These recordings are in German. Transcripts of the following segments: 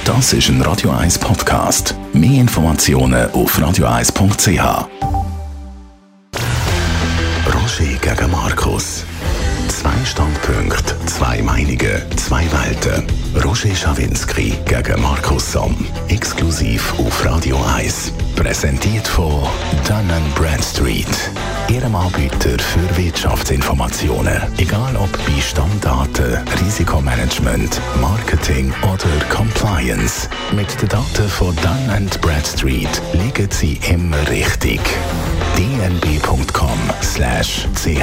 Das ist ein Radio 1 Podcast. Mehr Informationen auf radio1.ch. Roger gegen Markus. 2 Standpunkte, 2 Meinungen, 2 Welten. Roger Schawinski gegen Markus Somm. Exklusiv auf Radio 1. Präsentiert von Dun & Bradstreet. Ihrem Anbieter für Wirtschaftsinformationen. Egal ob bei Stammdaten, Risikomanagement, Marketing oder Compliance. Mit den Daten von Dun & Bradstreet liegen Sie immer richtig. dnb.com/ch.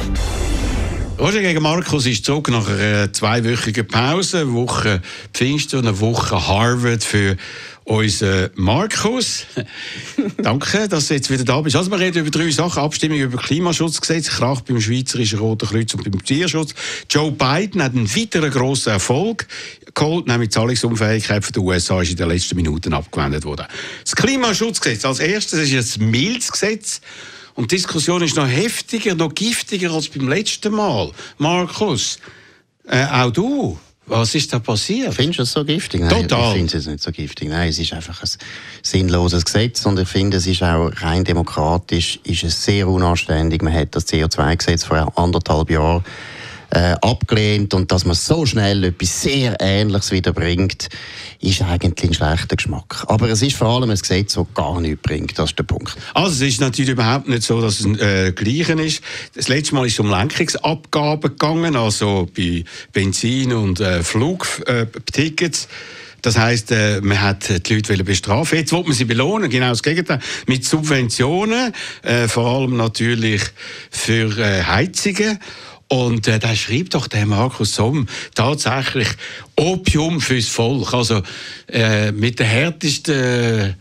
Roger gegen Markus ist zurück nach einer 2-wöchigen Pause, eine Woche Pfingsten und eine Woche Harvard für unseren Markus. Danke, dass du jetzt wieder da bist. Also wir reden über 3 Sachen. Abstimmung über Klimaschutzgesetz, Krach beim Schweizerischen Roten Kreuz und beim Tierschutz. Joe Biden hat einen weiteren grossen Erfolg geholt, nämlich die Zahlungsunfähigkeit der USA ist in den letzten Minuten abgewendet worden. Das Klimaschutzgesetz als erstes ist ein mildes Gesetz. Und die Diskussion ist noch heftiger, noch giftiger als beim letzten Mal. Markus, auch du, was ist da passiert? Findest du es so giftig? Nein, Total. ich finde es nicht so giftig. Nein, es ist einfach ein sinnloses Gesetz und ich finde, es ist auch rein demokratisch, ist es sehr unanständig. Man hat das CO2-Gesetz vor 1,5 Jahren abgelehnt und dass man so schnell etwas sehr Ähnliches wieder bringt, ist eigentlich ein schlechter Geschmack. Aber es ist vor allem ein Gesetz, das gar nichts bringt. Das ist der Punkt. Also es ist natürlich überhaupt nicht so, dass es gleichen ist. Das letzte Mal ist es um Lenkungsabgaben gegangen, also bei Benzin und Flugtickets. Das heisst, man hat die Leute bestrafen. Jetzt will man sie belohnen, genau das Gegenteil. Mit Subventionen, vor allem natürlich für Heizungen. Und da schreibt doch der Markus Somm tatsächlich Opium fürs Volk. Also mit der härtesten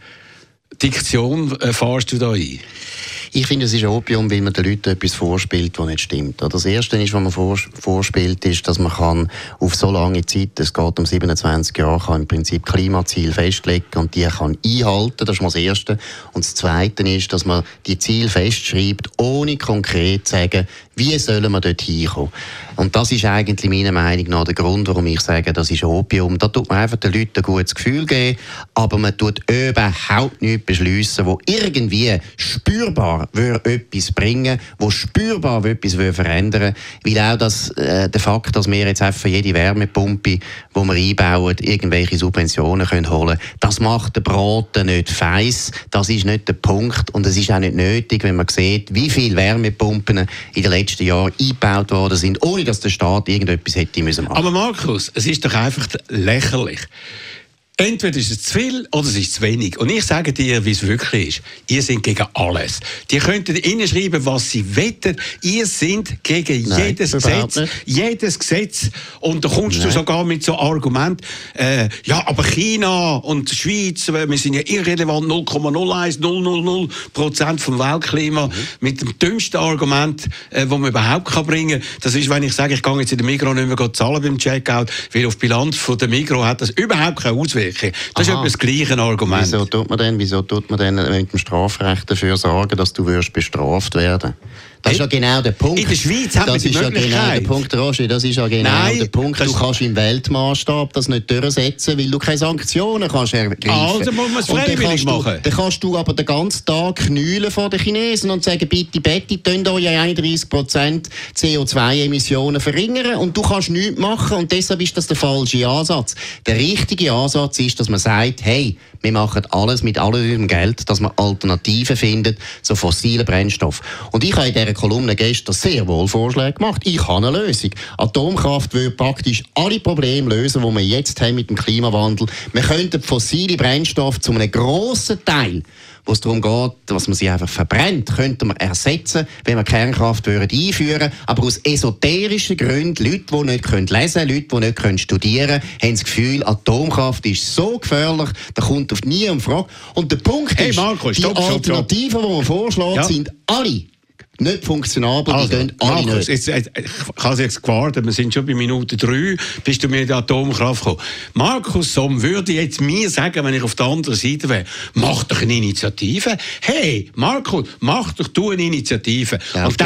Diktion fahrst du da ein. Ich finde, es ist Opium, weil man den Leuten etwas vorspielt, das nicht stimmt. Das Erste ist, was man vorspielt, ist, dass man auf so lange Zeit, es geht um 27 Jahre, kann im Prinzip Klimaziele festlegen und die kann einhalten. Das ist mal das Erste. Und das Zweite ist, dass man die Ziele festschreibt, ohne konkret zu sagen, wie sollen wir dort hinkommen. Und das ist eigentlich meiner Meinung nach der Grund, warum ich sage, das ist Opium. Da tut man einfach den Leuten ein gutes Gefühl geben, aber man tut überhaupt nichts beschliessen, wo irgendwie spürbar etwas bringen, wo spürbar etwas verändern, weil auch der Fakt, dass wir jetzt einfach jede Wärmepumpe, die wir einbauen, irgendwelche Subventionen können holen, das macht den Braten nicht feiss, das ist nicht der Punkt und es ist auch nicht nötig, wenn man sieht, wie viele Wärmepumpen in den letzten Jahren eingebaut worden sind, ohne dass der Staat irgendetwas hätte müssen machen. Aber Markus, es ist doch einfach lächerlich. Entweder ist es zu viel oder es ist zu wenig. Und ich sage dir, wie es wirklich ist. Ihr seid gegen alles. Die könnten hineinschreiben, was sie wollen. Ihr seid gegen jedes Gesetz. Jedes Gesetz. Und da kommst du sogar mit so Argument, ja, aber China und die Schweiz, wir sind ja irrelevant, 0,01000% vom Weltklima. Mit dem dümmsten Argument, das man überhaupt bringen kann. Das ist, wenn ich sage, ich gehe jetzt in den Migros nicht mehr zahlen beim Checkout, weil auf die Bilanz von der Migros hat das überhaupt keine Auswirkung. Das ist etwa das gleiche Argument. Wieso tut man denn mit dem Strafrecht dafür sorgen, dass du bestraft werden? Das ist ja genau der Punkt. In der Schweiz haben wir die Möglichkeit. Das ist ja genau der Punkt, Roger. Das ist ja genau der Punkt. Du kannst im Weltmaßstab das nicht durchsetzen, weil du keine Sanktionen kannst ergreifen. Also muss man es freiwillig machen. Dann kannst du aber den ganzen Tag knüllen vor den Chinesen und sagen, bitte, tönt euch 31% CO2-Emissionen verringern und du kannst nichts machen und deshalb ist das der falsche Ansatz. Der richtige Ansatz ist, dass man sagt, hey, wir machen alles mit all unserem Geld, dass man Alternativen findet zu fossilen Brennstoffen. Und ich habe in dieser Kolumne gestern sehr wohl Vorschläge gemacht. Ich habe eine Lösung. Atomkraft würde praktisch alle Probleme lösen, die wir jetzt haben mit dem Klimawandel. Wir könnten fossile Brennstoffe zu einem grossen Teil, wo es darum geht, dass man sie einfach verbrennt, könnte man ersetzen, wenn wir Kernkraft einführen würden. Aber aus esoterischen Gründen, Leute, die nicht lesen können, Leute, die nicht studieren können, haben das Gefühl, Atomkraft ist so gefährlich, da kommt auf nie eine Frage. Und der Punkt ist, Markus, die Alternativen, die man vorschlägt, sind alle nicht funktionabel, die gehen alle Markus, nicht. ich habe jetzt gewartet, wir sind schon bei Minute 3, bis du mir in die Atomkraft gekommen. Markus Somm würde jetzt mir sagen, wenn ich auf der anderen Seite wäre, mach doch eine Initiative. Hey, Markus, mach doch du eine Initiative.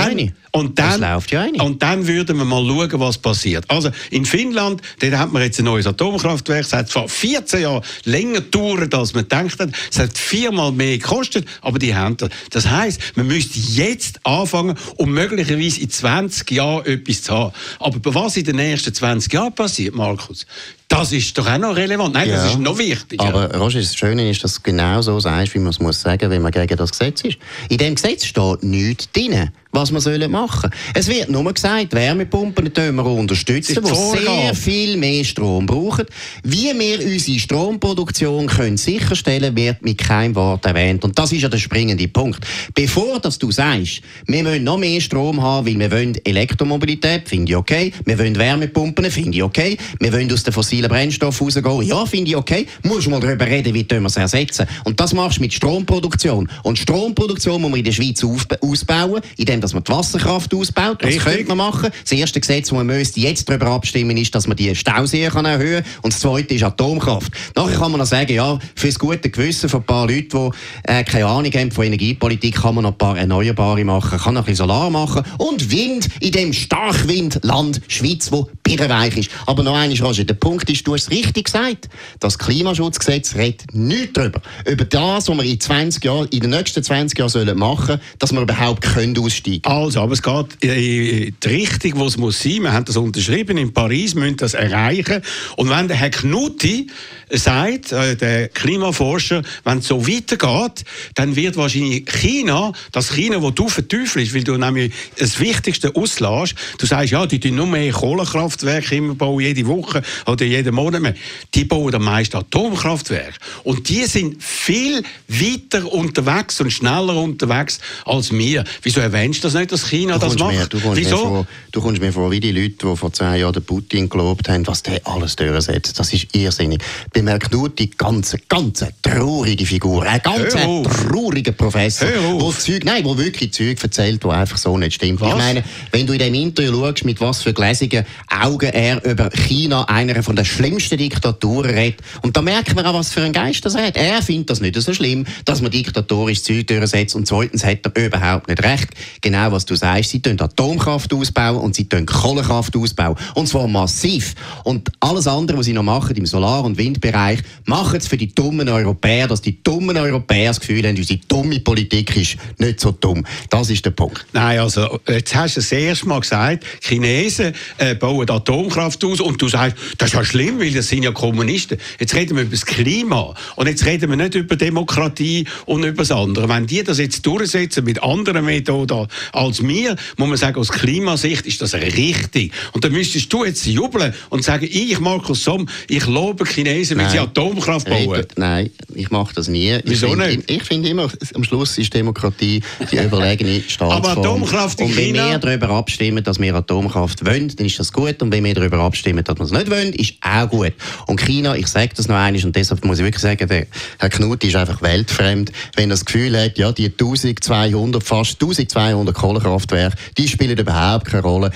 Das läuft ja nicht. Und dann würden wir mal schauen, was passiert. Also in Finnland, dort hat man jetzt ein neues Atomkraftwerk. Es hat vor 14 Jahren länger gedauert, als man gedacht hat. Es hat 4-mal mehr gekostet, aber die haben das. Das heisst, man müsste jetzt anfangen, um möglicherweise in 20 Jahren etwas zu haben. Aber was in den nächsten 20 Jahren passiert, Markus, das ist doch auch noch relevant. Nein, das ist noch wichtiger. Aber Roger, das Schöne ist, dass du genau so sagst, wie man es muss sagen, wenn man gegen das Gesetz ist. In dem Gesetz steht nichts drin, was man machen sollen. Es wird nur gesagt, Wärmepumpen können wir unterstützen, die sehr viel mehr Strom brauchen. Wie wir unsere Stromproduktion können sicherstellen, wird mit keinem Wort erwähnt. Und das ist ja der springende Punkt. Bevor dass du sagst, wir wollen noch mehr Strom haben, weil wir wollen Elektromobilität, finde ich okay. Wir wollen Wärmepumpen, finde ich okay. Wir wollen aus den fossilen Brennstoffen rausgehen, ja, finde ich okay. Musst mal darüber reden, wie wir es ersetzen. Und das machst du mit Stromproduktion. Und Stromproduktion muss man in der Schweiz ausbauen, indem dass man die Wasserkraft ausbaut. Das könnte man machen. Das erste Gesetz, das man jetzt darüber abstimmen ist, dass man die Stauseen erhöhen kann. Und das zweite ist Atomkraft. Nachher kann man noch sagen, ja, für das gute Gewissen von ein paar Leuten, die keine Ahnung haben von Energiepolitik, kann man noch ein paar Erneuerbare machen, kann noch ein bisschen Solar machen und Wind in dem Starkwindland Schweiz, wo birrenweich ist. Aber noch einmal, Roger, der Punkt ist, du hast es richtig gesagt, das Klimaschutzgesetz redet nichts darüber. Über das, was wir in den nächsten 20 Jahren machen sollen, dass wir überhaupt aussteigen können. Also, aber es geht in die Richtung, wo es muss sein. Wir haben das unterschrieben in Paris, müssen das erreichen. Und wenn der Herr Knutti sagt, der Klimaforscher, wenn es so weitergeht, dann wird wahrscheinlich das China, das du verteufelst, weil du nämlich das Wichtigste auslässt, du sagst, ja, die nur mehr Kohlekraftwerke immer bauen, jede Woche oder jeden Monat mehr. Die bauen am meisten Atomkraftwerke. Und die sind viel weiter unterwegs und schneller unterwegs als wir. Wieso erwähnst du das nicht, dass China das macht? Du kommst mir vor wie die Leute, die vor 10 Jahren den Putin gelobt haben, was der alles durchsetzt. Das ist irrsinnig. Bei Herrn Knutti ganz traurige Figur. Ein ganz trauriger Professor, der wirklich Zeug erzählt, die einfach so nicht stimmt. Was? Ich meine, wenn du in dem Interview schaust, mit was für gläsigen Augen er über China, einer von der schlimmsten Diktaturen, redet, und da merkt man auch, was für einen Geist das hat. Er findet das nicht so schlimm, dass man diktatorisch Zeug durchsetzt, und zweitens hat er überhaupt nicht recht. Genau, was du sagst, sie tun Atomkraft ausbauen und sie tun Kohlekraft ausbauen. Und zwar massiv. Und alles andere, was sie noch machen im Solar- und Windbereich, machen es für die dummen Europäer, dass die dummen Europäer das Gefühl haben, unsere dumme Politik ist nicht so dumm. Das ist der Punkt. Nein, also, jetzt hast du das erste Mal gesagt, Chinesen bauen Atomkraft aus, und du sagst, das ist ja schlimm, weil das sind ja Kommunisten. Jetzt reden wir über das Klima und jetzt reden wir nicht über Demokratie und über das andere. Wenn die das jetzt durchsetzen mit anderen Methoden als wir, muss man sagen, aus Klimasicht ist das richtig. Und dann müsstest du jetzt jubeln und sagen, ich, Markus Somm, ich lobe Chinesen, weil sie Atomkraft bauen. Nein, ich mache das nie. Wieso nicht? Ich finde immer, am Schluss ist Demokratie die überlegene Staatsform. Aber Atomkraft in China... Und wenn wir darüber abstimmen, dass wir Atomkraft wollen, dann ist das gut. Und wenn wir darüber abstimmen, dass wir es nicht wollen, ist auch gut. Und China, ich sage das noch einmal, und deshalb muss ich wirklich sagen, der Herr Knutti ist einfach weltfremd, wenn er das Gefühl hat, ja, die fast 1200 Kohlekraftwerke, die spielen überhaupt keine Rolle.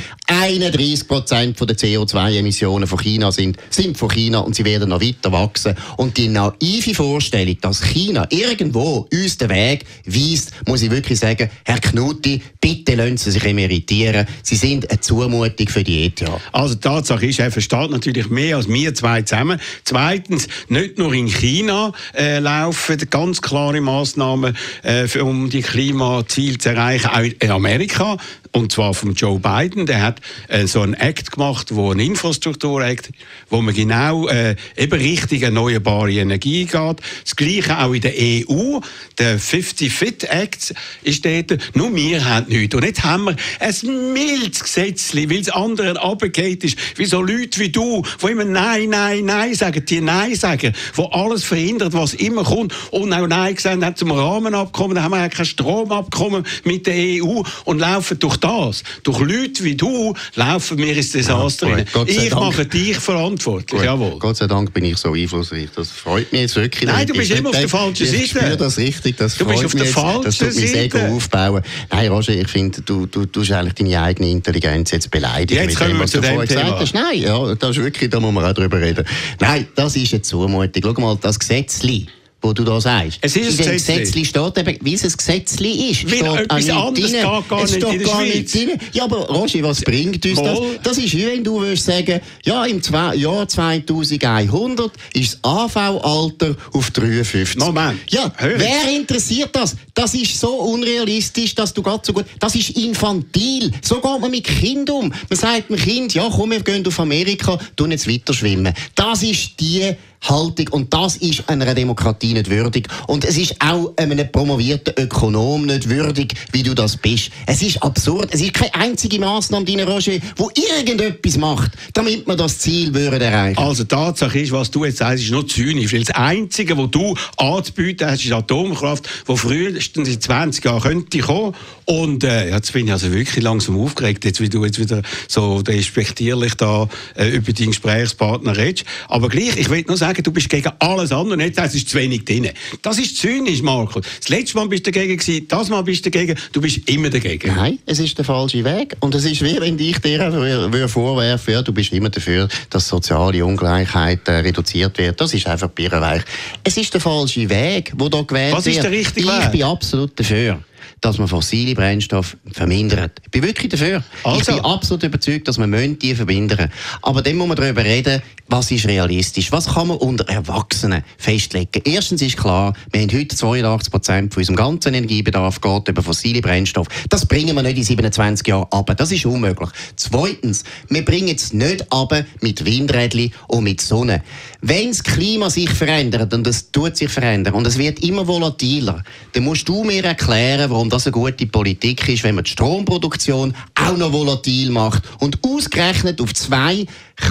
31% der CO2-Emissionen von China sind von China, und sie werden noch weiter wachsen. Und die naive Vorstellung, dass China irgendwo uns den Weg weist, muss ich wirklich sagen, Herr Knutti, bitte lassen Sie sich emeritieren. Sie sind eine Zumutung für die ETH. Also die Tatsache ist, er versteht natürlich mehr als wir zwei zusammen. Zweitens, nicht nur in China laufen ganz klare Massnahmen, um die Klimaziele zu erreichen, auch in Amerika. Und zwar von Joe Biden. Der hat so einen Act gemacht, ein Infrastruktur-Act, wo man genau eben Richtung erneuerbare Energie geht. Das Gleiche auch in der EU. Der 50-Fit-Act ist dort. Nur wir haben nichts. Und jetzt haben wir ein mildes Gesetz, weil es anderen runtergeht ist. Wie so Leute wie du, die immer Nein, Nein, Nein sagen. Die Nein sagen, die alles verhindert, was immer kommt. Und auch Nein gesagt haben zum Rahmenabkommen. Da haben wir auch kein Stromabkommen mit der EU und laufen durch das. Durch Leute wie du laufen wir ins Desaster rein. Ich mache dich verantwortlich, jawohl. Gott sei Dank bin ich so einflussreich. Das freut mich jetzt wirklich. Nein, du bist immer auf der falschen Seite. Ich spüre das richtig. Das du bist auf der falschen Seite. Das tut mein Ego aufbauen. Nein, Roger, ich finde, du hast eigentlich deine eigene Intelligenz jetzt beleidigt. Jetzt kommen wir zu dem Thema. Nein, ja, das ist wirklich, da muss man auch drüber reden. Nein, das ist eine Zumutung. Schau mal, das Gesetzli, wo du da sagst. Es ist in dem Gesetzli steht eben, wie es ein Gesetzli ist. Weil etwas anderes geht gar nicht in der Schweiz. Ja, aber Roger, was bringt uns das? Das ist wie wenn du würdest sagen, ja, im Jahr 2100 ist das AV-Alter auf 53. Moment. Ja, wer interessiert das? Das ist so unrealistisch, dass du gerade so gut... Das ist infantil. So geht man mit Kindern um. Man sagt dem Kind, ja komm, wir gehen auf Amerika, tun jetzt weiter schwimmen. Das ist die Haltung und das ist einer Demokratie nicht würdig. Und es ist auch einem promovierten Ökonom nicht würdig, wie du das bist. Es ist absurd. Es ist keine einzige Massnahme, deine Roger, die irgendetwas macht, damit wir das Ziel erreichen. Also Tatsache ist, was du jetzt sagst, ist nur zynisch. Weil das Einzige, was du anzubieten hast, ist Atomkraft, die frühestens in 20 Jahren könnte kommen. Und jetzt bin ich also wirklich langsam aufgeregt, jetzt, wie du jetzt wieder so respektierlich da über deinen Gesprächspartner redest. Aber gleich, ich will nur sagen, du bist gegen alles andere und jetzt heißt es zu wenig drin. Das ist zynisch, Marco. Das letzte Mal bist du dagegen gewesen, das Mal bist du dagegen, du bist immer dagegen. Nein, es ist der falsche Weg. Und es ist wie wenn ich dir vorwerfe, ja, du bist immer dafür, dass soziale Ungleichheit reduziert wird. Das ist einfach birrenweich. Es ist der falsche Weg, der hier gewählt wird. Was ist der richtige Weg? Ich bin absolut dafür, dass man fossile Brennstoffe vermindert. Ich bin wirklich dafür. Also. Ich bin absolut überzeugt, dass man die vermindern. Aber dann muss man darüber reden, was ist realistisch. Was kann man unter Erwachsenen festlegen? Erstens ist klar, wir haben heute 82% von unserem ganzen Energiebedarf geht über fossile Brennstoffe. Das bringen wir nicht in 27 Jahren runter. Das ist unmöglich. Zweitens, wir bringen es nicht runter mit Windrädchen und mit Sonne. Wenn das Klima sich verändert, und es tut sich verändern, und es wird immer volatiler, dann musst du mir erklären, warum das eine gute Politik ist, wenn man die Stromproduktion auch noch volatil macht und ausgerechnet auf 2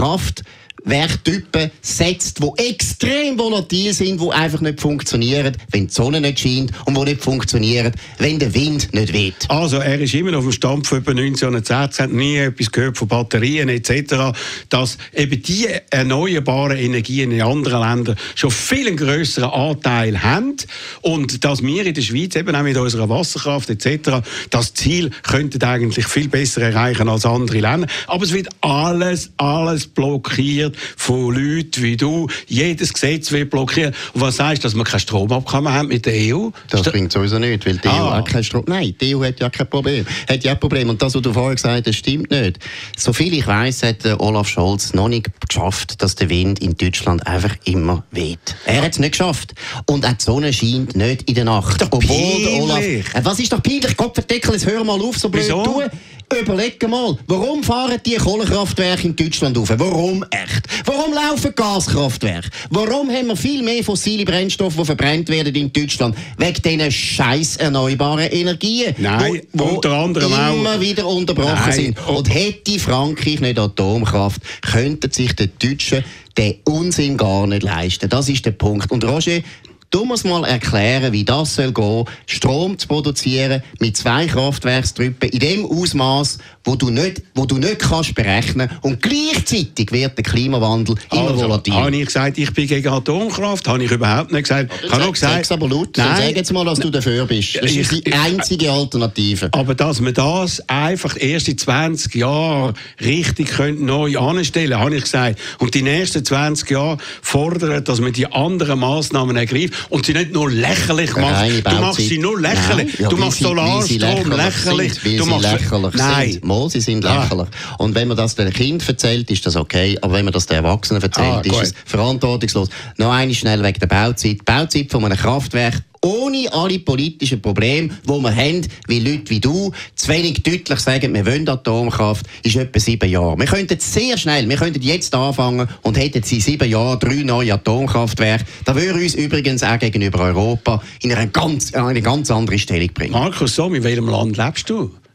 Kraftwerktypen setzt, die extrem volatil sind, die einfach nicht funktionieren, wenn die Sonne nicht scheint und die nicht funktionieren, wenn der Wind nicht weht. Also er ist immer noch auf dem Stand von etwa 1910, hat nie etwas gehört von Batterien etc., dass eben die erneuerbaren Energien in anderen Ländern schon viel einen grösseren Anteil haben und dass wir in der Schweiz eben auch mit unserer Wasserkraft etc. das Ziel könnten eigentlich viel besser erreichen als andere Länder. Aber es wird alles blockiert von Leuten wie du. Jedes Gesetz wird blockiert. Und was sagst du, dass wir kein Stromabkommen haben mit der EU? Das bringt sowieso nicht, weil die EU auch kein Strom... Nein, die EU hat ja kein Problem. Hat ja ein Problem. Und das, was du vorher gesagt hast, stimmt nicht. Soviel ich weiss, hat Olaf Scholz noch nicht geschafft, dass der Wind in Deutschland einfach immer weht. Er hat es nicht geschafft. Und auch die Sonne scheint nicht in der Nacht. Obwohl der Olaf... Was ist doch peinlich? Kopfverdeckel, jetzt hör mal auf, so blöd tun. Überleg mal, warum fahren die Kohlekraftwerke in Deutschland auf? Warum echt? Warum laufen Gaskraftwerke? Warum haben wir viel mehr fossile Brennstoffe, die verbrannt werden in Deutschland? Wegen diesen scheiß erneuerbaren Energien. Nein, wo unter anderem auch immer wieder unterbrochen sind. Und hätte Frankreich nicht Atomkraft, könnten sich die Deutschen den Unsinn gar nicht leisten. Das ist der Punkt. Und Roger, du musst mal erklären, wie das soll gehen, Strom zu produzieren mit 2 Kraftwerkstypen in dem Ausmaß, wo du nicht kannst berechnen. Und gleichzeitig wird der Klimawandel immer volatiler. Habe ich gesagt, ich bin gegen Atomkraft? Habe ich überhaupt nicht gesagt. Ich habe noch gesagt, sag's aber laut. Sag jetzt mal, dass du dafür bist. Das ist die einzige Alternative. Aber dass wir das einfach erst in 20 Jahren richtig neu anstellen können, habe ich gesagt. Und die nächsten 20 Jahre fordern, dass man die anderen Massnahmen ergreift und sie nicht nur lächerlich macht. Du machst sie nur lächerlich. Ja, du machst Solarstrom lächerlich. Du machst lächerlich. Nein. Mal, sie sind lächerlich. Und wenn man das den Kindern erzählt, ist das okay. Aber wenn man das den Erwachsenen erzählt, ist es verantwortungslos. Noch einmal schnell wegen der Bauzeit. Die Bauzeit von einem Kraftwerk ohne alle politischen Probleme, die wir haben, wie Leute wie du, zu wenig deutlich sagen, wir wollen Atomkraft, ist etwa 7 Jahre. Wir könnten sehr schnell, wir könnten jetzt anfangen und hätten in 7 Jahren 3 neue Atomkraftwerke. Das würde uns übrigens auch gegenüber Europa in eine ganz andere Stellung bringen. Markus, so, in welchem Land lebst du?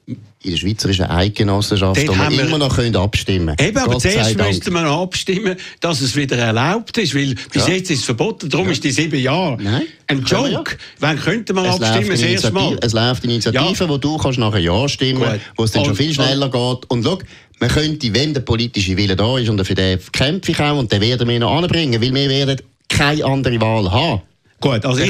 in der Schweizerischen Eidgenossenschaft, wo wir immer noch abstimmen können. Eben, aber zuerst müsste man noch abstimmen, dass es wieder erlaubt ist, weil bis jetzt ist es verboten, darum ist die 7 Jahre ein Joke. Wann könnte man abstimmen, das erste Mal? Es läuft Initiative, wo du kannst nachher Ja stimmen, wo es dann schon viel schneller geht. Und schau, man könnte, wenn der politische Wille da ist, und für den kämpfe ich auch, und den werden wir noch anbringen, weil wir werden keine andere Wahl haben. Gut, also ich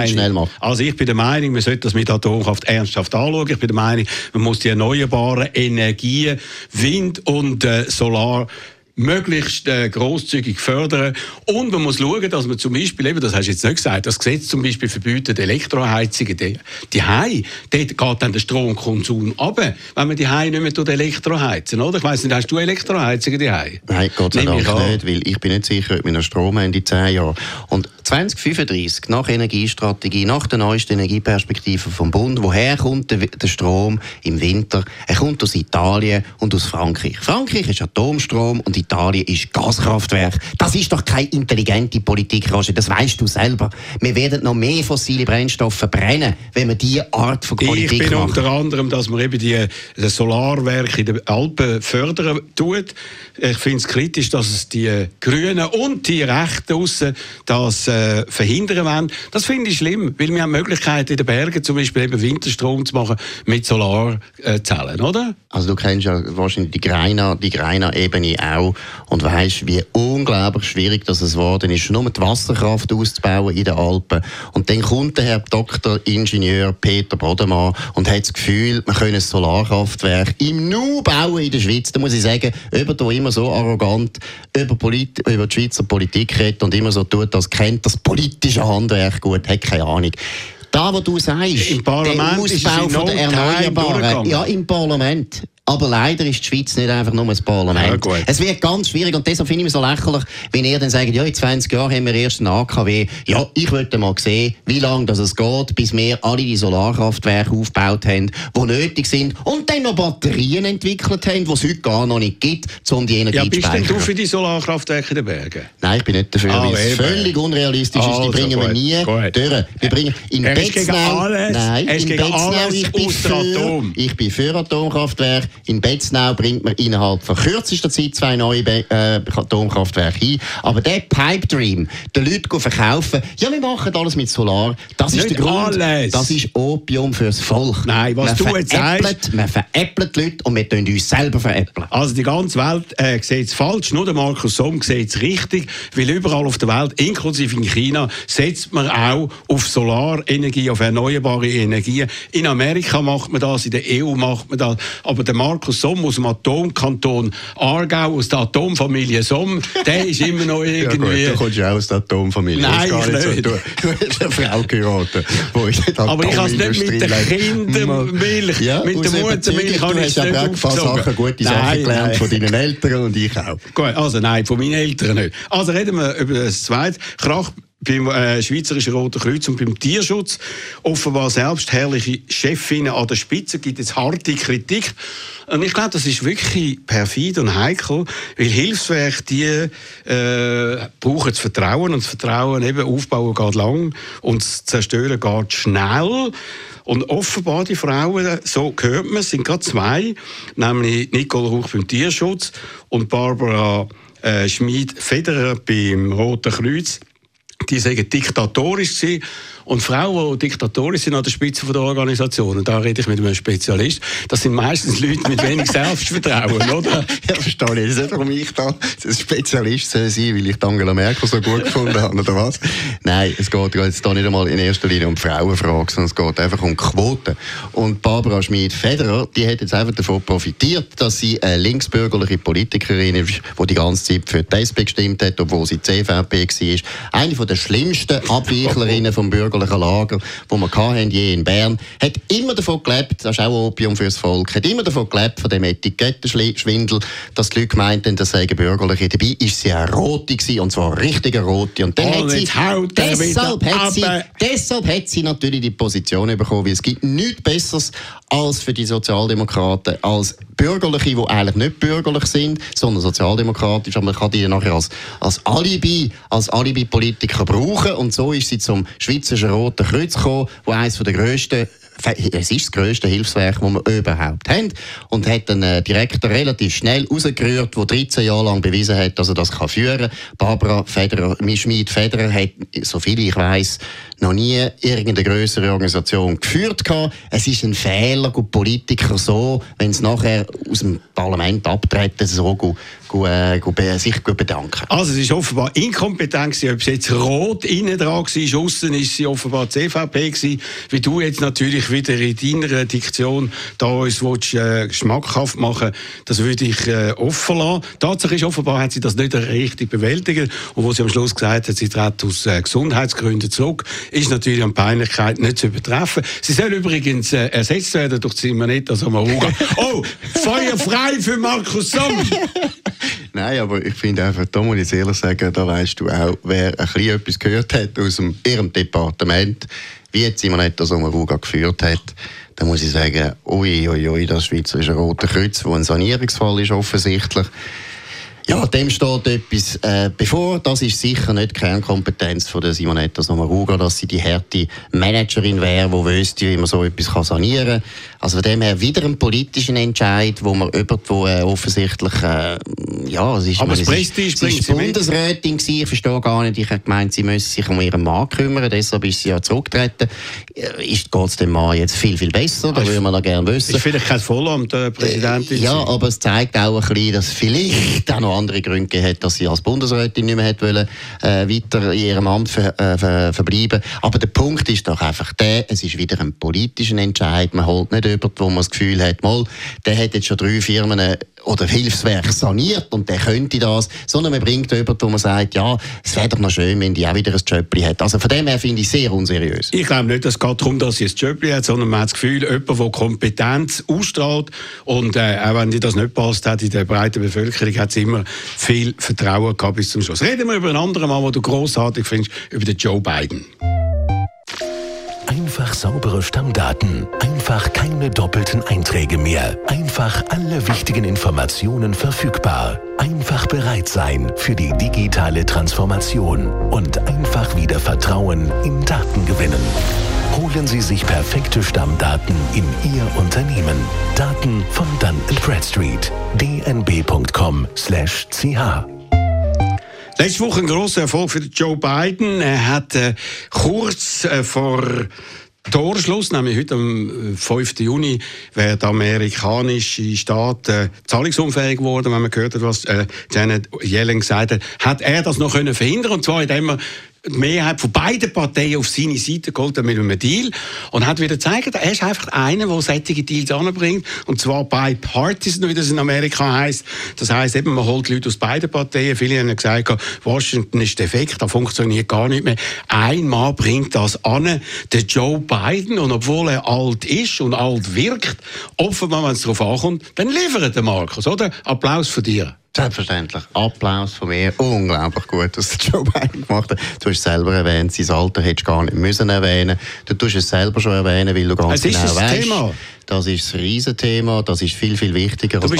bin der Meinung, man sollte das mit Atomkraft ernsthaft anschauen. Ich bin der Meinung, man muss die erneuerbaren Energien, Wind und Solar, möglichst grosszügig fördern. Und man muss schauen, dass man zum Beispiel, eben, das hast du jetzt nicht gesagt, das Gesetz zum Beispiel verbietet Elektroheizungen. Die Heim, dort geht dann der Stromkonsum runter, wenn man die Heim nicht mehr durch Elektro heizen, oder? Ich weiss nicht, hast du Elektroheizungen die Heim? Nein, Gott sei Dank nicht, weil ich bin nicht sicher, ob wir noch Strom haben in 10 Jahren. Und 2035, nach Energiestrategie, nach der neuesten Energieperspektive vom Bund, woher kommt der Strom im Winter? Er kommt aus Italien und aus Frankreich. Frankreich ist Atomstrom und Italien ist Gaskraftwerk. Das ist doch keine intelligente Politik, Roger, das weißt du selber. Wir werden noch mehr fossile Brennstoffe verbrennen, wenn wir diese Art von Politik machen. Ich bin unter anderem, dass man eben die Solarwerke in den Alpen fördern tut. Ich finde es kritisch, dass es die Grünen und die Rechten aussen das verhindern wollen. Das finde ich schlimm, weil wir haben Möglichkeiten in den Bergen, zum Beispiel eben Winterstrom zu machen mit Solarzellen, oder? Also du kennst ja wahrscheinlich die Greiner-Ebene auch und weißt, wie unglaublich schwierig das geworden ist, nur die Wasserkraft auszubauen in den Alpen. Und dann kommt der Herr Dr. Ingenieur Peter Bodemann und hat das Gefühl, wir können ein Solarkraftwerk im Nu bauen in der Schweiz. Da muss ich sagen, jemand, der immer so arrogant über die Schweizer Politik redet und immer so tut, als kennt das politische Handwerk gut, hat keine Ahnung. Da, wo du sagst, im Parlament der Ausbau von der Erneuerbaren, ja, im Parlament. Aber leider ist die Schweiz nicht einfach nur ein Parlament. Ja, es wird ganz schwierig und deshalb finde ich es so lächerlich, wenn ihr dann sagt, ja, in 20 Jahren haben wir erst einen AKW. Ja, ich würde mal sehen, wie lange das es geht, bis wir alle die Solarkraftwerke aufgebaut haben, die nötig sind und dann noch Batterien entwickelt haben, die es heute gar noch nicht gibt, um die Energie zu speichern. Ja, bist denn du für die Solarkraftwerke in den Bergen? Nein, ich bin nicht dafür, weil es völlig unrealistisch ist. Die bringen wir nie durch. Wir bringen in Betznau... Nein, in Betznau, ich bin für Atomkraftwerke. In Betznau bringt man innerhalb von kürzester Zeit 2 neue Atomkraftwerke ein. Aber der Pipe Dream, den Leuten verkaufen, ja, wir machen alles mit Solar, das ist der Grund. Alles. Das ist Opium fürs Volk. Nein, was du jetzt sagst... Wir veräppeln die Leute und wir tun uns selber veräppeln. Also die ganze Welt sieht es falsch, nur der Markus Somm sieht es richtig, weil überall auf der Welt, inklusive in China, setzt man auch auf Solarenergie, auf erneuerbare Energien. In Amerika macht man das, in der EU macht man das, aber der Markus Somm aus dem Atomkanton Aargau, aus der Atomfamilie Somm, der ist immer noch irgendwie... Ja gut, du kommst ja auch aus der Atomfamilie. Nein, ich nicht. So, du hast eine Frau geheiratet, die aber ich kann es nicht mit der Kindermilch, ja, mit der Muttermilch kann ich es nicht aufgesogen. Gute Sachen gelernt von deinen Eltern und ich auch. Gut, also nein, von meinen Eltern nicht. Also reden wir über das Zweite. Krach beim Schweizerischen Roten Kreuz und beim Tierschutz. Offenbar selbstherrliche Chefinnen an der Spitze gibt es harte Kritik. Und ich glaube, das ist wirklich perfid und heikel, weil Hilfswerke, die brauchen das Vertrauen. Und das Vertrauen eben aufbauen geht lang und das Zerstören geht schnell. Und offenbar die Frauen, so hört man, sind gerade 2, nämlich Nicole Rauch beim Tierschutz und Barbara Schmid-Federer beim Roten Kreuz. Die sagen diktatorisch gewesen. Und Frauen, die diktatorisch sind an der Spitze der Organisation, da rede ich mit einem Spezialist, das sind meistens Leute mit wenig Selbstvertrauen, oder? Ja, verstehe ich. Das ist nicht, warum ich da ein Spezialist sein soll, weil ich Angela Merkel so gut gefunden habe, oder was? Nein, es geht jetzt hier nicht einmal in erster Linie um die Frauenfrage, sondern es geht einfach um Quoten. Und Barbara Schmid-Federer, die hat jetzt einfach davon profitiert, dass sie eine linksbürgerliche Politikerin ist, die die ganze Zeit für die SP gestimmt hat, obwohl sie CVP war. Eine der schlimmsten Abweichlerinnen vom bürgerlichen Lager, die wir hatten, je in Bern, hat immer davon gelebt, das ist auch Opium fürs Volk, hat immer davon gelebt, von dem Etikettenschwindel, dass die Leute meinten, das sei Bürgerliche. Dabei war sie eine Rote gewesen, und zwar eine richtige Rote. Und dann deshalb hat sie natürlich die Position bekommen, weil es gibt nichts Besseres als für die Sozialdemokraten, als Bürgerliche, die eigentlich nicht bürgerlich sind, sondern sozialdemokratisch, aber man kann die nachher als Alibi-Politiker brauchen. Und so ist sie zum Schweizerischen Roten Kreuz gekommen, wo eines der grössten es ist das grösste Hilfswerk, das wir überhaupt haben. Und hat einen Direktor relativ schnell rausgerührt, der 13 Jahre lang bewiesen hat, dass er das führen kann. Barbara Schmid-Federer hat, soviel ich weiss, noch nie irgendeine grössere Organisation geführt gehabt. Es ist ein Fehler, gut Politiker so, wenn sie nachher aus dem Parlament abtreten, so sich bedanken. Also es ist offenbar inkompetent gewesen, ob es jetzt rot innen dran war, aussen ist sie offenbar CVP gewesen, wie du jetzt natürlich wieder in deiner Diktion da uns schmackhaft machen, das würde ich offen lassen. Tatsache ist, offenbar hat sie das nicht richtig bewältigt und wo sie am Schluss gesagt hat, sie tritt aus Gesundheitsgründen zurück, ist natürlich an Peinlichkeit nicht zu übertreffen. Sie soll übrigens ersetzt werden durch Simonetta Sommaruga. Oh, Feuer frei für Markus Somm! Nein, aber ich finde einfach, da muss ich ehrlich sagen, da weisst du auch, wer ein bisschen etwas gehört hat aus ihrem Departement, wie jetzt Simonetta Sommaruga geführt hat, dann muss ich sagen, ui, das Schweizerische Rote Kreuz, wo ein Sanierungsfall ist offensichtlich. Ja, dem steht etwas bevor. Das ist sicher nicht die Kernkompetenz von der Simonetta Sommaruga, dass sie die harte Managerin wäre, die wüsste, wie man so etwas sanieren kann. Also von dem her wieder einen politischen Entscheid, wo man irgendwo offensichtlich, es ist... Aber das Prestige sie ist Bundesrätin gewesen, ich verstehe gar nicht, ich habe gemeint, sie müsse sich um ihren Mann kümmern, deshalb ist sie ja zurückgetreten. Geht es dem Mann jetzt viel, viel besser? Da würde man da gerne wissen. Ist vielleicht kein Vollamt, Präsidentin. Ja, aber es zeigt auch ein bisschen, dass vielleicht auch noch andere Gründe gegeben hat, dass sie als Bundesrätin nicht mehr hat wollen, weiter in ihrem Amt verbleiben. Aber der Punkt ist doch einfach der, es ist wieder ein politischer Entscheid. Man holt nicht jemanden, wo man das Gefühl hat, der hat jetzt schon 3 Firmen oder Hilfswerke saniert und der könnte das, sondern man bringt jemanden, wo man sagt, ja, es wäre doch noch schön, wenn die auch wieder ein Jobli hat. Also von dem her finde ich sehr unseriös. Ich glaube nicht, es geht darum, dass sie ein Jobli hat, sondern man hat das Gefühl, jemand, der Kompetenz ausstrahlt und auch wenn dir das nicht passt hat in der breiten Bevölkerung, hat sie immer viel Vertrauen gehabt bis zum Schluss. Reden wir über einen anderen Mann, den du grossartig findest, über den Joe Biden. Einfach saubere Stammdaten. Einfach keine doppelten Einträge mehr. Einfach alle wichtigen Informationen verfügbar. Einfach bereit sein für die digitale Transformation. Und einfach wieder Vertrauen in Daten gewinnen. Holen Sie sich perfekte Stammdaten in Ihr Unternehmen. Daten von Dun & Bradstreet. dnb.com/ch. Letzte Woche ein grosser Erfolg für Joe Biden. Er hat kurz vor Torschluss, nämlich heute am 5. Juni, wäre der amerikanische Staat zahlungsunfähig geworden, wenn man gehört hat, was Janet Yellen gesagt hat er das noch verhindern können, und zwar indem er die Mehrheit von beiden Parteien auf seine Seite geholt mit einem Deal und hat wieder gezeigt, er ist einfach einer, der solche Deals anbringt, und zwar bipartisan, wie das in Amerika heisst. Das heisst eben, man holt Leute aus beiden Parteien. Viele haben gesagt, Washington ist defekt, das funktioniert gar nicht mehr. Ein Mann bringt das an, der Joe Biden, und obwohl er alt ist und alt wirkt, offenbar, wenn es darauf ankommt, dann liefert der Markus, oder? Applaus für dir. Selbstverständlich. Applaus von mir. Unglaublich gut, was der Joe Biden gemacht hat. Du hast es selber erwähnt, sein Alter hättest du gar nicht müssen erwähnen. Du tust es selber schon erwähnen, weil du ganz genau weißt. Thema. Das ist ein Riesenthema, das ist viel, viel wichtiger als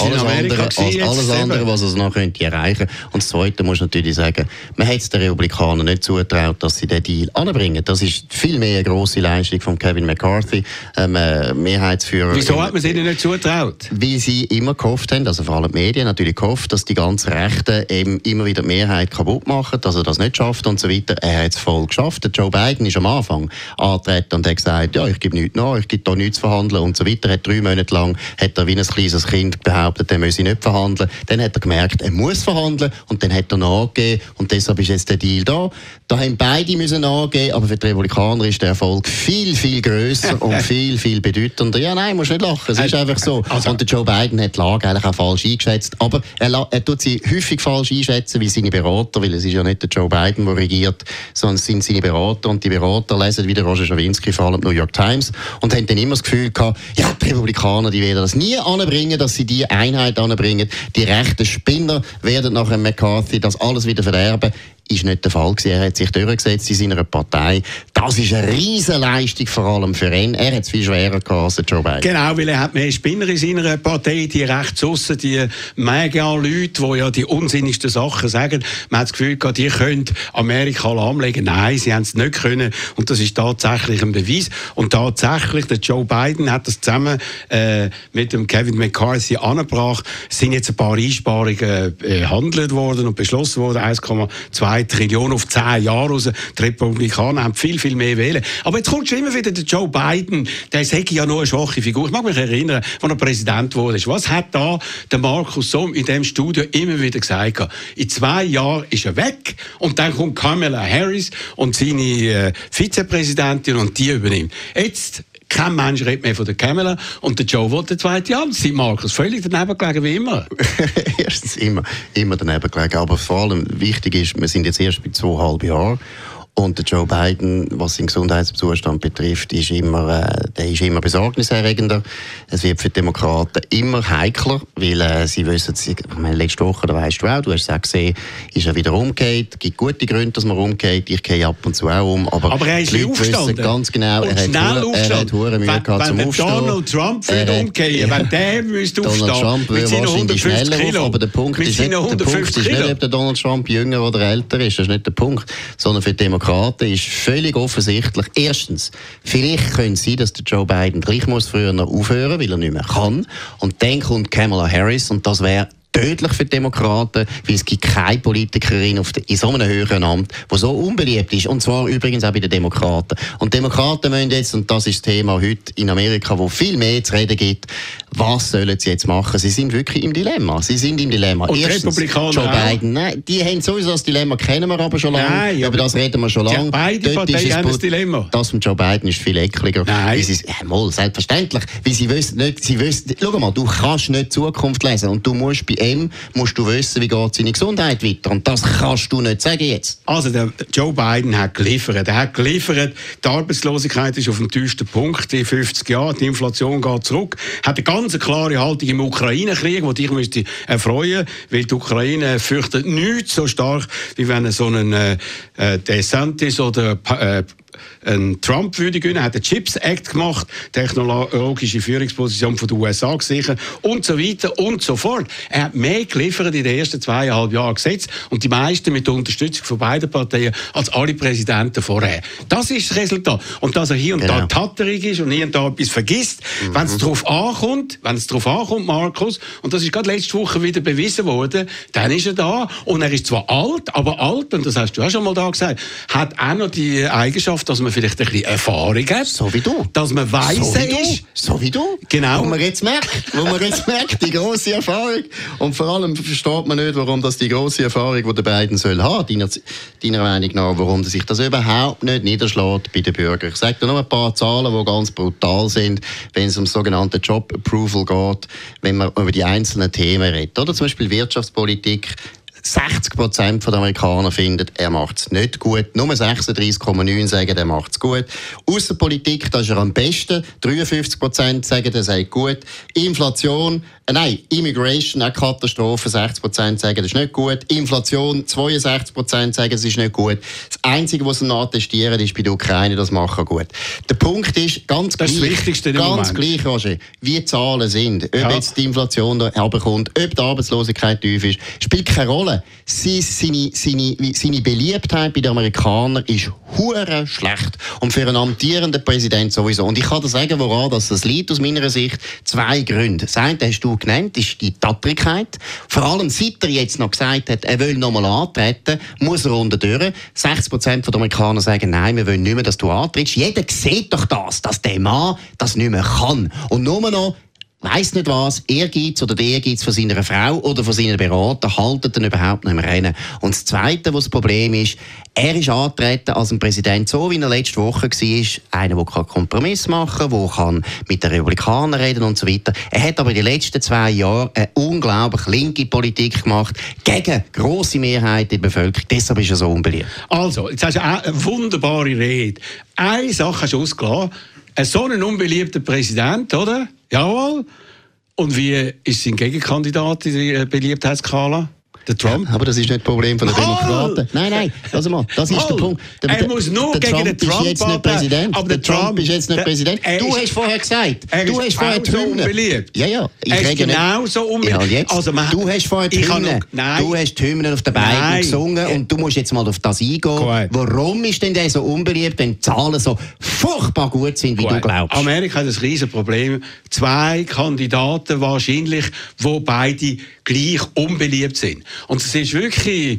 alles andere, was es noch könnte erreichen. Und das Zweite muss natürlich sagen, man hat es den Republikanern nicht zugetraut, dass sie den Deal anbringen. Das ist viel mehr eine grosse Leistung von Kevin McCarthy, Mehrheitsführer. Wieso hat man es ihnen nicht zugetraut? Weil sie immer gehofft haben, also vor allem die Medien natürlich gehofft, dass die ganzen Rechten eben immer wieder die Mehrheit kaputt machen, dass er das nicht schafft und so weiter. Er hat es voll geschafft. Der Joe Biden ist am Anfang angetreten und hat gesagt, ja, ich gebe nichts nach, ich gebe da nichts zu verhandeln und so weiter. Er hat 3 Monate lang hat er wie ein kleines Kind behauptet, er müsse nicht verhandeln. Dann hat er gemerkt, er muss verhandeln und dann hat er nachgegeben und deshalb ist jetzt der Deal da. Da haben beide müssen nachgeben, aber für die Republikaner ist der Erfolg viel, viel grösser und viel, viel bedeutender. Ja, nein, musst nicht lachen, es ist einfach so. Und der Joe Biden hat die Lage eigentlich auch falsch eingeschätzt, aber er tut sie häufig falsch einschätzen, wie seine Berater, weil es ist ja nicht der Joe Biden, der regiert, sondern es sind seine Berater, und die Berater lesen wie der Roger Schawinski, vor allem die New York Times, und haben dann immer das Gefühl gehabt, ja, die Republikaner, die werden das nie anbringen, dass sie die Einheit anbringen. Die rechten Spinner werden nach McCarthy das alles wieder verderben. Ist nicht der Fall gewesen. Er hat sich durchgesetzt in seiner Partei. Das ist eine riesen Leistung, vor allem für ihn. Er hat es viel schwerer gehabt als Joe Biden. Genau, weil er hat mehr Spinner in seiner Partei, die rechts aussen, die Mega-Leute, die ja die unsinnigsten Sachen sagen. Man hat das Gefühl gehabt, die können Amerika lahmlegen. Nein, sie haben es nicht können. Und das ist tatsächlich ein Beweis. Und tatsächlich, der Joe Biden hat das zusammen mit dem Kevin McCarthy angebracht. Es sind jetzt ein paar Einsparungen gehandelt worden und beschlossen worden. 1,2 Trillionen auf 10 Jahre raus. Die Republikaner haben viel mehr wählen. Aber jetzt kommt schon immer wieder der Joe Biden. Der sagt ja nur eine schwache Figur. Ich mag mich erinnern, als er Präsident wurde. Was hat da der Markus Somm in diesem Studio immer wieder gesagt? In 2 Jahren ist er weg und dann kommt Kamala Harris und seine Vizepräsidentin und die übernimmt. Jetzt kein Mensch redet mehr von der Kamala und der Joe will den zweiten Amtszeit. Markus, völlig daneben gelegen wie immer. Erstens immer daneben gelegen, aber vor allem wichtig ist, wir sind jetzt erst bei 2,5 Jahren. Und der Joe Biden, was seinen Gesundheitszustand betrifft, ist immer besorgniserregender. Es wird für die Demokraten immer heikler, weil sie wissen, ich meine, letzte Woche, da weisst du auch, du hast es auch gesehen, ist er wieder umgekehrt. Es gibt gute Gründe, dass man umgeht. Ich gehe ab und zu auch um. Aber er ist aufgestanden. Ganz genau, er hat hohe Mühe gehabt zum Aufstehen. Wenn Donald Trump würde umgehen, wenn der müsste aufstehen, Donald Trump mit seinen 150 Kilo. Aber der Punkt ist nicht, ob der Donald Trump jünger oder älter ist. Das ist nicht der Punkt. Sondern für die Demokraten ist völlig offensichtlich. Erstens, vielleicht könnte es sein, dass der Joe Biden gleich früher noch aufhören, weil er nicht mehr kann. Und dann kommt Kamala Harris und das wäre tödlich für die Demokraten, weil es gibt keine Politikerin in so einem höheren Amt, die so unbeliebt ist. Und zwar übrigens auch bei den Demokraten. Und die Demokraten müssen jetzt, und das ist das Thema heute in Amerika, wo viel mehr zu reden gibt, was sollen sie jetzt machen? Sie sind wirklich im Dilemma. Und erstens, die Republikaner Joe Biden, nein, die haben sowieso das Dilemma, kennen wir aber schon lange. Nein, über das reden wir schon lange. Beide Parteien haben das Dilemma. Das von Joe Biden ist viel ekliger. Nein. Selbstverständlich. Weil sie wissen, schau mal, du kannst nicht die Zukunft lesen und du musst bei ihm wissen, wie geht seine Gesundheit weiter. Und das kannst du nicht sagen jetzt. Also der Joe Biden hat geliefert. Er hat geliefert. Die Arbeitslosigkeit ist auf dem tiefsten Punkt in 50 Jahren. Die Inflation geht zurück. Hat eine ganz klare Haltung im Ukraine-Krieg, die dich müsste erfreuen, weil die Ukraine fürchtet nichts so stark, wie wenn so ein DeSantis oder ein Trump würde gewinnen. Er hat den Chips Act gemacht, technologische Führungsposition von den USA gesichert und so weiter und so fort. Er hat mehr geliefert in den ersten 2,5 Jahren gesetzt und die meisten mit der Unterstützung von beiden Parteien als alle Präsidenten vorher. Das ist das Resultat. Und dass er hier und da tatterig ist und hier und da etwas vergisst, wenn es darauf ankommt, Markus, und das ist gerade letzte Woche wieder bewiesen worden, dann ist er da und er ist zwar alt, und das hast du auch schon mal da gesagt, hat auch noch die Eigenschaft, dass man vielleicht ein bisschen Erfahrung hat. So wie du. Dass man weise ist. So wie du. Genau. Wo man jetzt merkt, die grosse Erfahrung. Und vor allem versteht man nicht, warum das die grosse Erfahrung, die der Biden soll haben, deiner Meinung nach, warum sich das überhaupt nicht niederschlägt bei den Bürgern. Ich sage dir nur ein paar Zahlen, die ganz brutal sind, wenn es um sogenannte Job Approval geht, wenn man über die einzelnen Themen redet. Oder zum Beispiel Wirtschaftspolitik. 60% der Amerikaner finden, er macht es nicht gut. Nur 36,9% sagen, er macht es gut. Außenpolitik, da ist er am besten. 53% sagen, er sei gut. Immigration, eine Katastrophe. 60% sagen, das ist nicht gut. Inflation, 62% sagen, es ist nicht gut. Das Einzige, was sie attestieren, ist bei der Ukraine, das machen wir gut. Der Punkt ist, ganz das gleich, Wichtigste ganz gleich, Roger, wie die Zahlen sind, ob jetzt die Inflation da herbekommt, ob die Arbeitslosigkeit tief ist, spielt keine Rolle. Seine Beliebtheit bei den Amerikanern ist hure schlecht. Und für einen amtierenden Präsident sowieso. Und ich kann dir sagen, woran das liegt aus meiner Sicht. 2 Gründe. Das eine hast du genannt, ist die Tattrigkeit. Vor allem seit er jetzt noch gesagt hat, er will nochmal antreten, muss er unten durch. 60% der Amerikaner sagen, nein, wir wollen nicht mehr, dass du antrittst. Jeder sieht doch das, dass der Mann das nicht mehr kann. Und nur noch weiss nicht was, Ehrgeiz oder der Ehrgeiz von seiner Frau oder von seinen Beratern haltet ihn überhaupt nicht im Rennen. Und das Zweite, was das Problem ist, er ist angetreten als ein Präsident, so wie er letzte Woche war, einer, der Kompromiss machen kann, der mit den Republikanern reden und so weiter. Er hat aber in den letzten 2 Jahren eine unglaublich linke Politik gemacht, gegen grosse Mehrheit in der Bevölkerung. Deshalb ist er so unbeliebt. Also, jetzt hast du auch eine wunderbare Rede. Eine Sache hast du ausgelassen. So ein unbeliebter Präsident, oder? Jawohl. Und wie ist sein Gegenkandidat in der Beliebtheitsskala? der Trump. Ja, aber das ist nicht das Problem von den Demokraten. Nein, also mal, das ist der Punkt. Er muss nur gegen den Trump ist jetzt nicht Präsident. Aber der Trump ist jetzt nicht Präsident. Du hast vorher gesagt, du hast vorher die Hymne. Unbeliebt. Ja, ich rede genau so unbeliebt. Ja, also, du hast vorher die Hymne. Du hast die Hymne auf den Beinen gesungen und du musst jetzt mal auf das eingehen. Warum ist denn der so unbeliebt, wenn die Zahlen so furchtbar gut sind, wie du glaubst? Amerika hat ein riesen Problem. 2 Kandidaten wahrscheinlich, wo beide gleich unbeliebt sind. Und es ist wirklich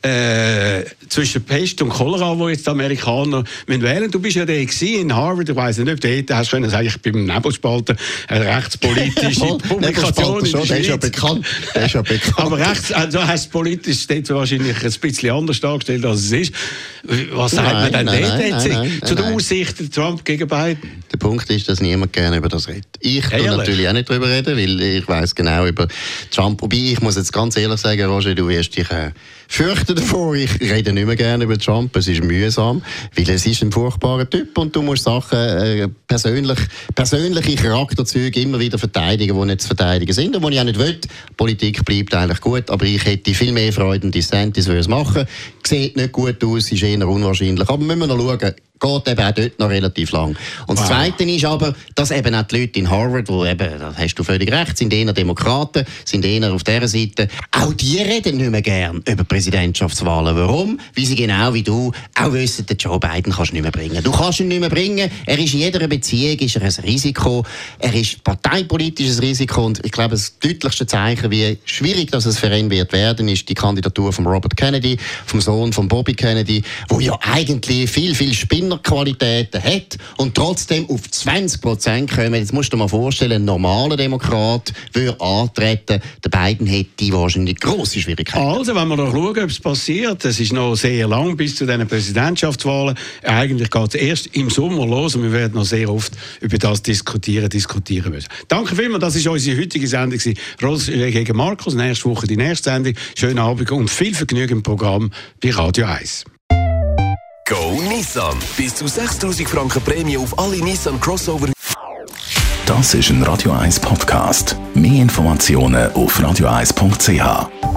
zwischen Pest und Cholera, wo jetzt die Amerikaner wählen. Du bist ja der in Harvard, ich weiss nicht, ob du dort hast können, sagen, ich bin im Nebelspalter, eine rechtspolitische Publikation in der Schweiz. Der ist ja bekannt. Aber du hast politisch dort wahrscheinlich ein bisschen anders dargestellt, als es ist. Was sagt man denn dort zu der Aussicht Trump gegen Biden? Der Punkt ist, dass niemand gerne über das redet. Ich kann natürlich auch nicht darüber reden, weil ich weiss genau über Trump. Wobei, ich muss jetzt ganz ehrlich sagen, Roger, du wirst dich fürchten davor. Ich rede nicht mehr gerne über Trump. Es ist mühsam, weil es ist ein furchtbarer Typ und du musst Sachen persönliche Charakterzüge immer wieder verteidigen, die nicht zu verteidigen sind und die ich auch nicht will. Politik bleibt eigentlich gut, aber ich hätte viel mehr Freude, DeSantis würde es machen. Sieht nicht gut aus, ist eher unwahrscheinlich. Aber müssen wir noch schauen. Geht eben auch dort noch relativ lang. Und das Zweite ist aber, dass eben auch die Leute in Harvard, wo eben, da hast du völlig recht, sind eher Demokraten, sind eher auf dieser Seite, auch die reden nicht mehr gern über Präsidentschaftswahlen. Warum? Weil sie genau wie du auch wissen, den Joe Biden kannst du nicht mehr bringen. Du kannst ihn nicht mehr bringen. Er ist in jeder Beziehung ist er ein Risiko. Er ist parteipolitisches Risiko. Und ich glaube, das deutlichste Zeichen, wie schwierig dass es für ihn wird werden, ist die Kandidatur von Robert Kennedy, vom Sohn von Bobby Kennedy, wo ja eigentlich viel Spinnerqualitäten hat und trotzdem auf 20% kommen. Jetzt musst du dir mal vorstellen, ein normaler Demokrat würde antreten, der Biden hätte wahrscheinlich grosse Schwierigkeiten. Also, wenn wir noch schauen, ob es passiert, es ist noch sehr lang bis zu diesen Präsidentschaftswahlen. Eigentlich geht es erst im Sommer los und wir werden noch sehr oft über das diskutieren müssen. Danke vielmals, das war unsere heutige Sendung. Roger gegen Markus, nächste Woche die nächste Sendung. Schönen Abend und viel Vergnügen im Programm bei Radio 1. Go Nissan! Bis zu 6'000 Franken Prämie auf alle Nissan Crossover. Das ist ein Radio 1 Podcast. Mehr Informationen auf radio1.ch.